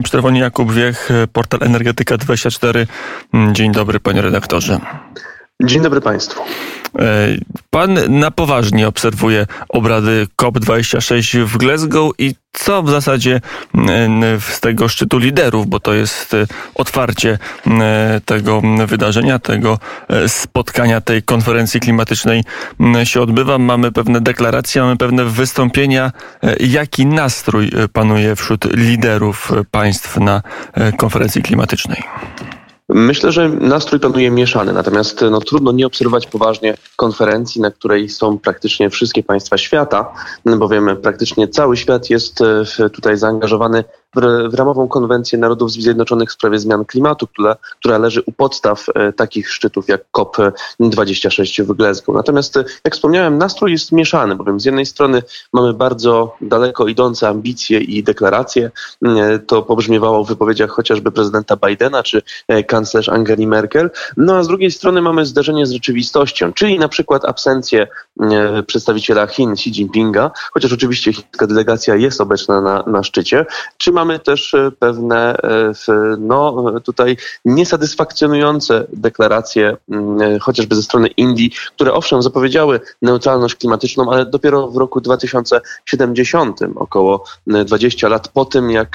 Przy telefonie Jakub Wiech, portal Energetyka24. Dzień dobry, panie redaktorze. Dzień dobry państwu. Pan na poważnie obserwuje obrady COP26 w Glasgow i co w zasadzie z tego szczytu liderów, bo to jest otwarcie tego wydarzenia, tego spotkania, tej konferencji klimatycznej się odbywa. Mamy pewne deklaracje, mamy pewne wystąpienia. Jaki nastrój panuje wśród liderów państw na konferencji klimatycznej? Myślę, że nastrój panuje mieszany, natomiast trudno nie obserwować poważnie konferencji, na której są praktycznie wszystkie państwa świata, bowiem praktycznie cały świat jest tutaj zaangażowany w ramową konwencję Narodów Zjednoczonych w sprawie zmian klimatu, która leży u podstaw takich szczytów jak COP26 w Glasgow. Natomiast, jak wspomniałem, nastrój jest mieszany, bowiem z jednej strony mamy bardzo daleko idące ambicje i deklaracje. To pobrzmiewało w wypowiedziach chociażby prezydenta Bidena czy kanclerz Angeli Merkel. No a z drugiej strony mamy zderzenie z rzeczywistością, czyli na przykład absencję przedstawiciela Chin Xi Jinpinga, chociaż oczywiście chińska delegacja jest obecna na szczycie. Czy mamy też pewne tutaj niesatysfakcjonujące deklaracje chociażby ze strony Indii, które owszem zapowiedziały neutralność klimatyczną, ale dopiero w roku 2070, około 20 lat po tym, jak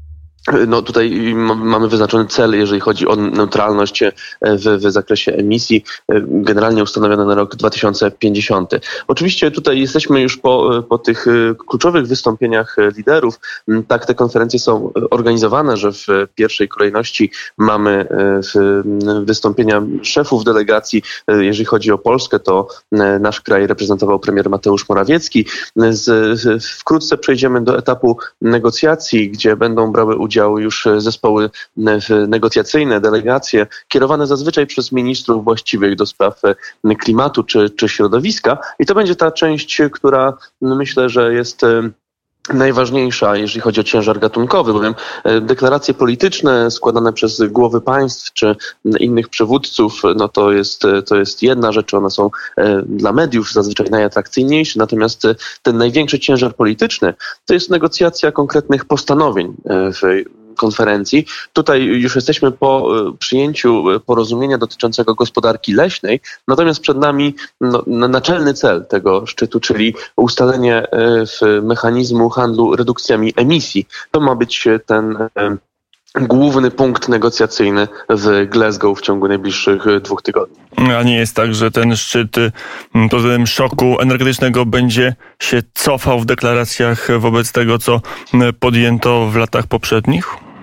tutaj mamy wyznaczony cel, jeżeli chodzi o neutralność w zakresie emisji, generalnie ustanowiony na rok 2050. Oczywiście tutaj jesteśmy już po tych kluczowych wystąpieniach liderów. Tak, te konferencje są organizowane, że w pierwszej kolejności mamy wystąpienia szefów delegacji. Jeżeli chodzi o Polskę, to nasz kraj reprezentował premier Mateusz Morawiecki. Wkrótce przejdziemy do etapu negocjacji, gdzie będą brały udział już zespoły negocjacyjne, delegacje kierowane zazwyczaj przez ministrów właściwych do spraw klimatu czy środowiska. I to będzie ta część, która myślę, że jest najważniejsza, jeżeli chodzi o ciężar gatunkowy, bowiem deklaracje polityczne składane przez głowy państw czy innych przywódców, to jest jedna rzecz, one są dla mediów zazwyczaj najatrakcyjniejsze, natomiast ten największy ciężar polityczny to jest negocjacja konkretnych postanowień w konferencji. Tutaj już jesteśmy po przyjęciu porozumienia dotyczącego gospodarki leśnej, natomiast przed nami naczelny cel tego szczytu, czyli ustalenie mechanizmu handlu redukcjami emisji. To ma być ten główny punkt negocjacyjny w Glasgow w ciągu najbliższych 2 tygodni. A nie jest tak, że ten szczyt pod względem szoku energetycznego będzie się cofał w deklaracjach wobec tego, co podjęto w latach poprzednich?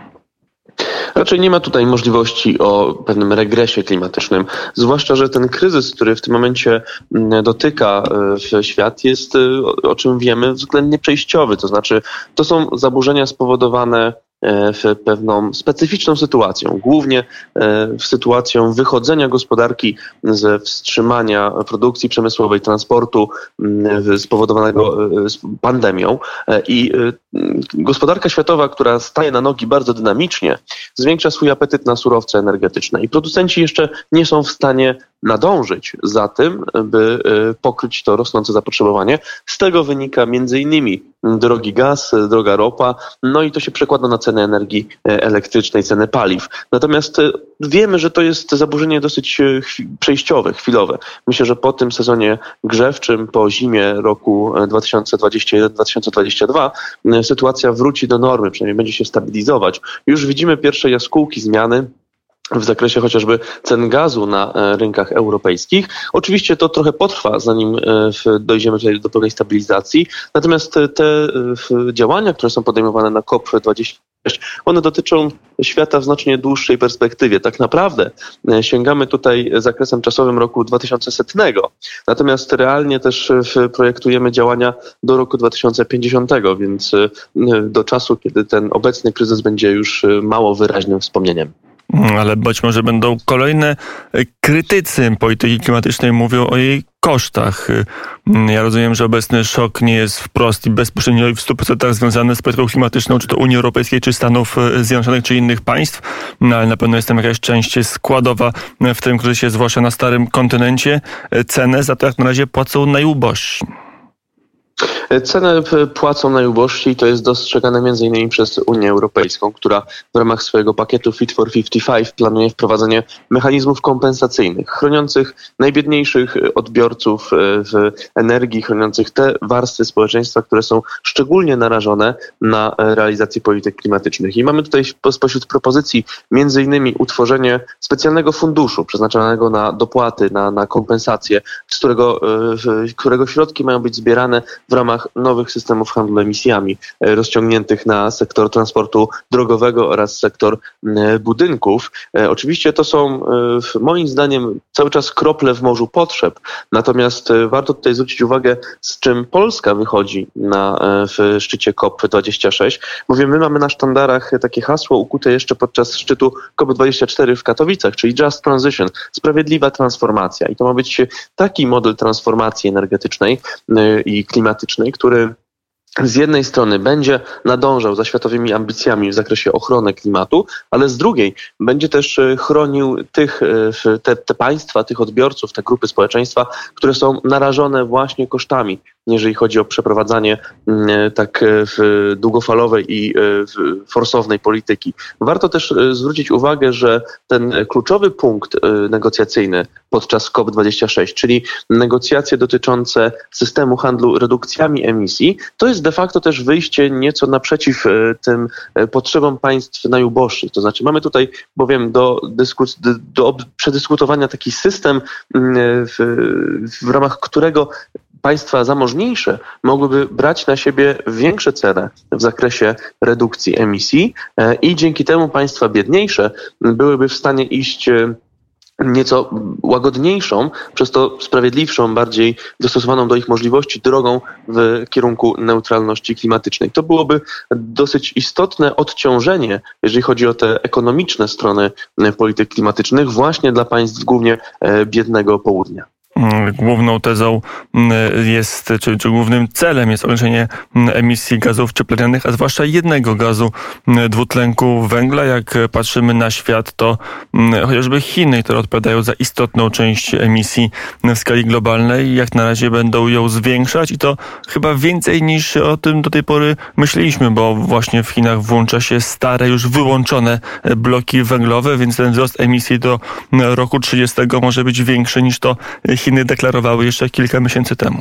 Raczej nie ma tutaj możliwości o pewnym regresie klimatycznym, zwłaszcza, że ten kryzys, który w tym momencie dotyka świat, jest, o czym wiemy, względnie przejściowy. To znaczy, to są zaburzenia spowodowane pewną specyficzną sytuacją, głównie sytuacją wychodzenia gospodarki ze wstrzymania produkcji przemysłowej, transportu spowodowanego pandemią i gospodarka światowa, która staje na nogi bardzo dynamicznie, zwiększa swój apetyt na surowce energetyczne i producenci jeszcze nie są w stanie nadążyć za tym, by pokryć to rosnące zapotrzebowanie. Z tego wynika między innymi drogi gaz, droga ropa, i to się przekłada na ceny energii elektrycznej, ceny paliw. Natomiast wiemy, że to jest zaburzenie dosyć przejściowe, chwilowe. Myślę, że po tym sezonie grzewczym, po zimie roku 2021-2022 sytuacja wróci do normy, przynajmniej będzie się stabilizować. Już widzimy pierwsze jaskółki zmiany w zakresie chociażby cen gazu na rynkach europejskich. Oczywiście to trochę potrwa, zanim dojdziemy tutaj do pewnej stabilizacji. Natomiast te działania, które są podejmowane na COP26, one dotyczą świata w znacznie dłuższej perspektywie. Tak naprawdę sięgamy tutaj zakresem czasowym roku 2100. Natomiast realnie też projektujemy działania do roku 2050, więc do czasu, kiedy ten obecny kryzys będzie już mało wyraźnym wspomnieniem. Ale być może będą kolejne krytycy polityki klimatycznej mówią o jej kosztach. Ja rozumiem, że obecny szok nie jest wprost i bezpośrednio i w 100% związany z polityką klimatyczną, czy to Unii Europejskiej, czy Stanów Zjednoczonych, czy innych państw, ale na pewno jest tam jakaś część składowa w tym kryzysie, zwłaszcza na starym kontynencie. Cenę za to jak na razie płacą najubożsi. Cenę płacą najubożsi i to jest dostrzegane m.in. przez Unię Europejską, która w ramach swojego pakietu Fit for 55 planuje wprowadzenie mechanizmów kompensacyjnych, chroniących najbiedniejszych odbiorców w energii, chroniących te warstwy społeczeństwa, które są szczególnie narażone na realizację polityk klimatycznych. I mamy tutaj spośród propozycji m.in. utworzenie specjalnego funduszu przeznaczonego na dopłaty, na kompensacje, z którego środki mają być zbierane w ramach nowych systemów handlu emisjami, rozciągniętych na sektor transportu drogowego oraz sektor budynków. Oczywiście to są moim zdaniem cały czas krople w morzu potrzeb, natomiast warto tutaj zwrócić uwagę, z czym Polska wychodzi w szczycie COP26, bowiem my mamy na sztandarach takie hasło ukute jeszcze podczas szczytu COP24 w Katowicach, czyli Just Transition, sprawiedliwa transformacja. I to ma być taki model transformacji energetycznej i klimatycznej, który z jednej strony będzie nadążał za światowymi ambicjami w zakresie ochrony klimatu, ale z drugiej będzie też chronił te państwa, tych odbiorców, te grupy społeczeństwa, które są narażone właśnie kosztami, jeżeli chodzi o przeprowadzanie tak długofalowej i forsownej polityki. Warto też zwrócić uwagę, że ten kluczowy punkt negocjacyjny podczas COP26, czyli negocjacje dotyczące systemu handlu redukcjami emisji, to jest de facto też wyjście nieco naprzeciw tym potrzebom państw najuboższych. To znaczy mamy tutaj bowiem do przedyskutowania taki system, w ramach którego państwa zamożniejsze mogłyby brać na siebie większe cele w zakresie redukcji emisji i dzięki temu państwa biedniejsze byłyby w stanie iść nieco łagodniejszą, przez to sprawiedliwszą, bardziej dostosowaną do ich możliwości drogą w kierunku neutralności klimatycznej. To byłoby dosyć istotne odciążenie, jeżeli chodzi o te ekonomiczne strony polityk klimatycznych, właśnie dla państw głównie biednego południa. Główną tezą jest, czy głównym celem jest ograniczenie emisji gazów cieplarnianych, a zwłaszcza jednego gazu dwutlenku węgla. Jak patrzymy na świat, to chociażby Chiny, które odpowiadają za istotną część emisji w skali globalnej, jak na razie będą ją zwiększać i to chyba więcej niż o tym do tej pory myśleliśmy, bo właśnie w Chinach włącza się stare, już wyłączone bloki węglowe, więc ten wzrost emisji do roku 30 może być większy niż to Chiny deklarowały jeszcze kilka miesięcy temu.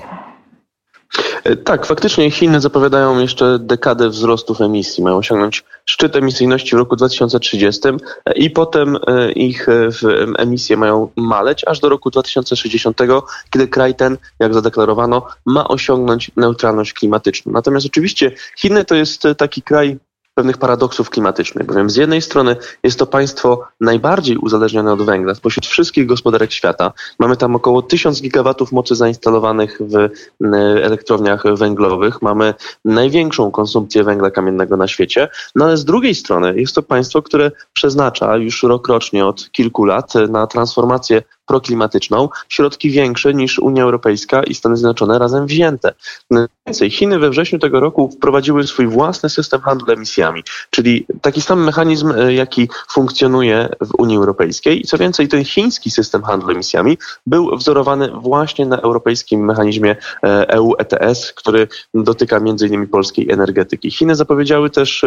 Tak, faktycznie Chiny zapowiadają jeszcze dekadę wzrostów emisji. Mają osiągnąć szczyt emisyjności w roku 2030 i potem ich emisje mają maleć aż do roku 2060, kiedy kraj ten, jak zadeklarowano, ma osiągnąć neutralność klimatyczną. Natomiast oczywiście Chiny to jest taki kraj pewnych paradoksów klimatycznych, bowiem z jednej strony jest to państwo najbardziej uzależnione od węgla spośród wszystkich gospodarek świata. Mamy tam około 1000 gigawatów mocy zainstalowanych w elektrowniach węglowych. Mamy największą konsumpcję węgla kamiennego na świecie, no ale z drugiej strony jest to państwo, które przeznacza już rokrocznie od kilku lat na transformację proklimatyczną środki większe niż Unia Europejska i Stany Zjednoczone razem wzięte. Więcej, Chiny we wrześniu tego roku wprowadziły swój własny system handlu emisjami, czyli taki sam mechanizm, jaki funkcjonuje w Unii Europejskiej. I co więcej, ten chiński system handlu emisjami był wzorowany właśnie na europejskim mechanizmie EU ETS, który dotyka m.in. polskiej energetyki. Chiny zapowiedziały też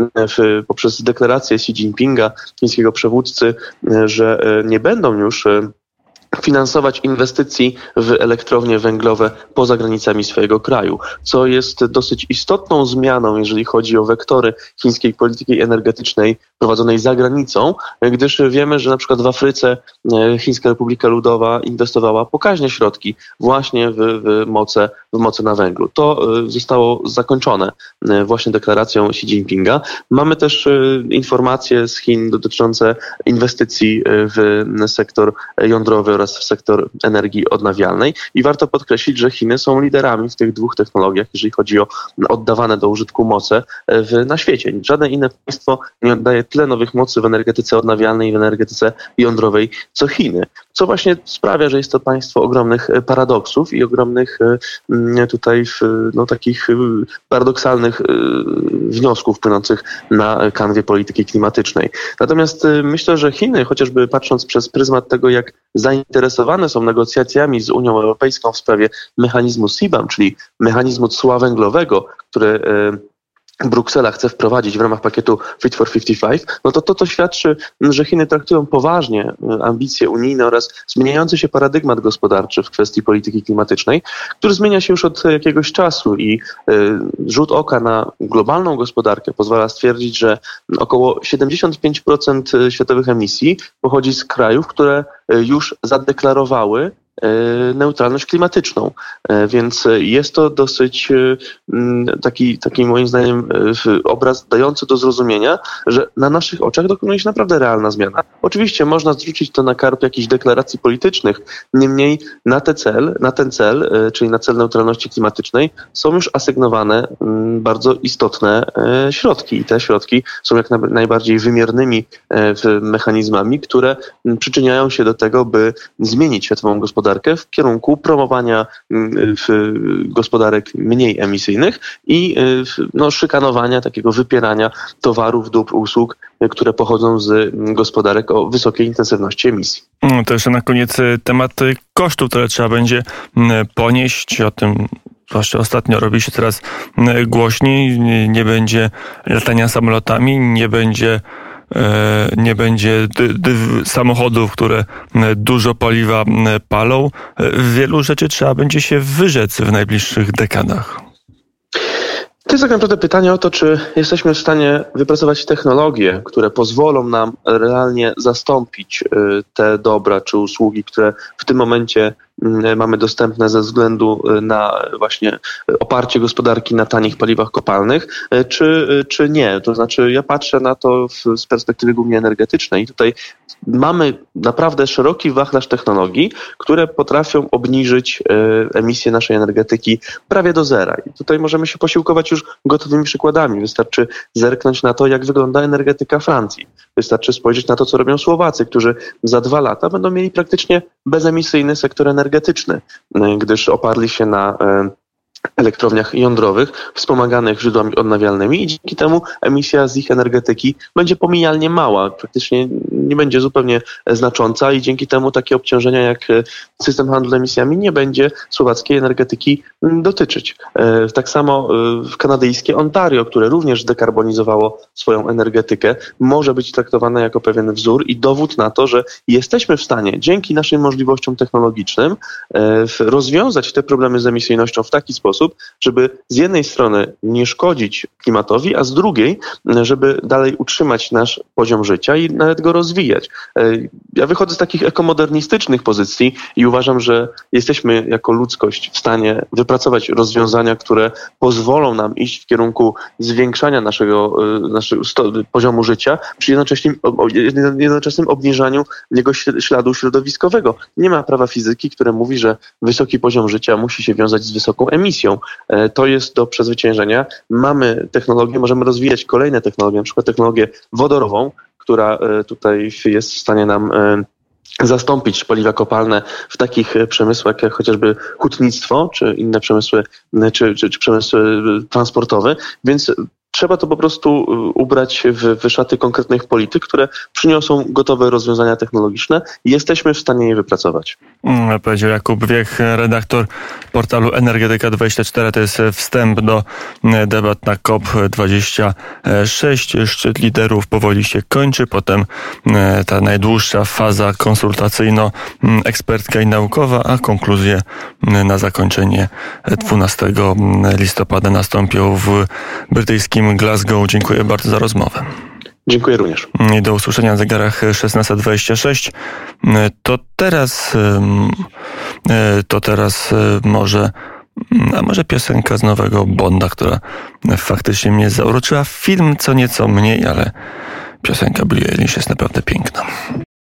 poprzez deklarację Xi Jinpinga, chińskiego przywódcy, że nie będą już finansować inwestycji w elektrownie węglowe poza granicami swojego kraju, co jest dosyć istotną zmianą, jeżeli chodzi o wektory chińskiej polityki energetycznej prowadzonej za granicą, gdyż wiemy, że na przykład w Afryce Chińska Republika Ludowa inwestowała pokaźne środki właśnie w moce na węglu. To zostało zakończone właśnie deklaracją Xi Jinpinga. Mamy też informacje z Chin dotyczące inwestycji w sektor jądrowy oraz w sektor energii odnawialnej i warto podkreślić, że Chiny są liderami w tych dwóch technologiach, jeżeli chodzi o oddawane do użytku moce na świecie. Żadne inne państwo nie oddaje tyle nowych mocy w energetyce odnawialnej i w energetyce jądrowej co Chiny, co właśnie sprawia, że jest to państwo ogromnych paradoksów i ogromnych tutaj takich paradoksalnych wniosków płynących na kanwie polityki klimatycznej. Natomiast myślę, że Chiny, chociażby patrząc przez pryzmat tego, jak zainteresowane zainteresowane są negocjacjami z Unią Europejską w sprawie mechanizmu CBAM, czyli mechanizmu cła węglowego, który Bruksela chce wprowadzić w ramach pakietu Fit for 55, no to świadczy, że Chiny traktują poważnie ambicje unijne oraz zmieniający się paradygmat gospodarczy w kwestii polityki klimatycznej, który zmienia się już od jakiegoś czasu i rzut oka na globalną gospodarkę pozwala stwierdzić, że około 75% światowych emisji pochodzi z krajów, które już zadeklarowały neutralność klimatyczną. Więc jest to dosyć taki moim zdaniem obraz dający do zrozumienia, że na naszych oczach dokonuje się naprawdę realna zmiana. Oczywiście można zrzucić to na karp jakichś deklaracji politycznych, niemniej na ten cel, czyli na cel neutralności klimatycznej są już asygnowane bardzo istotne środki i te środki są jak najbardziej wymiernymi mechanizmami, które przyczyniają się do tego, by zmienić światową gospodarkę w kierunku promowania gospodarek mniej emisyjnych i szykanowania, takiego wypierania towarów, dóbr, usług, które pochodzą z gospodarek o wysokiej intensywności emisji. To jeszcze na koniec temat kosztów, które trzeba będzie ponieść. O tym zwłaszcza ostatnio robi się coraz głośniej. Nie będzie latania samolotami, nie będzie samochodów, które dużo paliwa palą. Wielu rzeczy trzeba będzie się wyrzec w najbliższych dekadach. To jest tak naprawdę pytanie o to, czy jesteśmy w stanie wypracować technologie, które pozwolą nam realnie zastąpić te dobra czy usługi, które w tym momencie mamy dostępne ze względu na właśnie oparcie gospodarki na tanich paliwach kopalnych, czy nie. To znaczy ja patrzę na to z perspektywy głównie energetycznej i tutaj mamy naprawdę szeroki wachlarz technologii, które potrafią obniżyć emisję naszej energetyki prawie do zera. I tutaj możemy się posiłkować już gotowymi przykładami. Wystarczy zerknąć na to, jak wygląda energetyka Francji. Wystarczy spojrzeć na to, co robią Słowacy, którzy za 2 lata będą mieli praktycznie bezemisyjny sektor energetyczny, gdyż oparli się na elektrowniach jądrowych wspomaganych źródłami odnawialnymi i dzięki temu emisja z ich energetyki będzie pomijalnie mała, praktycznie nie będzie zupełnie znacząca i dzięki temu takie obciążenia jak system handlu emisjami nie będzie słowackiej energetyki dotyczyć. Tak samo kanadyjskie Ontario, które również dekarbonizowało swoją energetykę, może być traktowane jako pewien wzór i dowód na to, że jesteśmy w stanie dzięki naszym możliwościom technologicznym rozwiązać te problemy z emisyjnością w taki sposób, żeby z jednej strony nie szkodzić klimatowi, a z drugiej, żeby dalej utrzymać nasz poziom życia i nawet go rozwijać. Ja wychodzę z takich ekomodernistycznych pozycji i uważam, że jesteśmy jako ludzkość w stanie wypracować rozwiązania, które pozwolą nam iść w kierunku zwiększania naszego poziomu życia przy jednoczesnym obniżaniu jego śladu środowiskowego. Nie ma prawa fizyki, które mówi, że wysoki poziom życia musi się wiązać z wysoką emisją. To jest do przezwyciężenia. Mamy technologię, możemy rozwijać kolejne technologie, na przykład technologię wodorową, która tutaj jest w stanie nam zastąpić paliwa kopalne w takich przemysłach jak chociażby hutnictwo, czy inne przemysły, czy przemysł transportowy, więc trzeba to po prostu ubrać w szaty konkretnych polityk, które przyniosą gotowe rozwiązania technologiczne i jesteśmy w stanie je wypracować. Powiedział Jakub Wiech, redaktor portalu Energetyka24. To jest wstęp do debat na COP26. Szczyt liderów powoli się kończy. Potem ta najdłuższa faza konsultacyjno-ekspercka i naukowa, a konkluzje na zakończenie 12 listopada nastąpią w brytyjskim Glasgow. Dziękuję bardzo za rozmowę. Dziękuję również. I do usłyszenia na zegarach 16:26. To teraz może piosenka z nowego Bonda, która faktycznie mnie zauroczyła. Film co nieco mniej, ale piosenka Billie Eilish jest naprawdę piękna.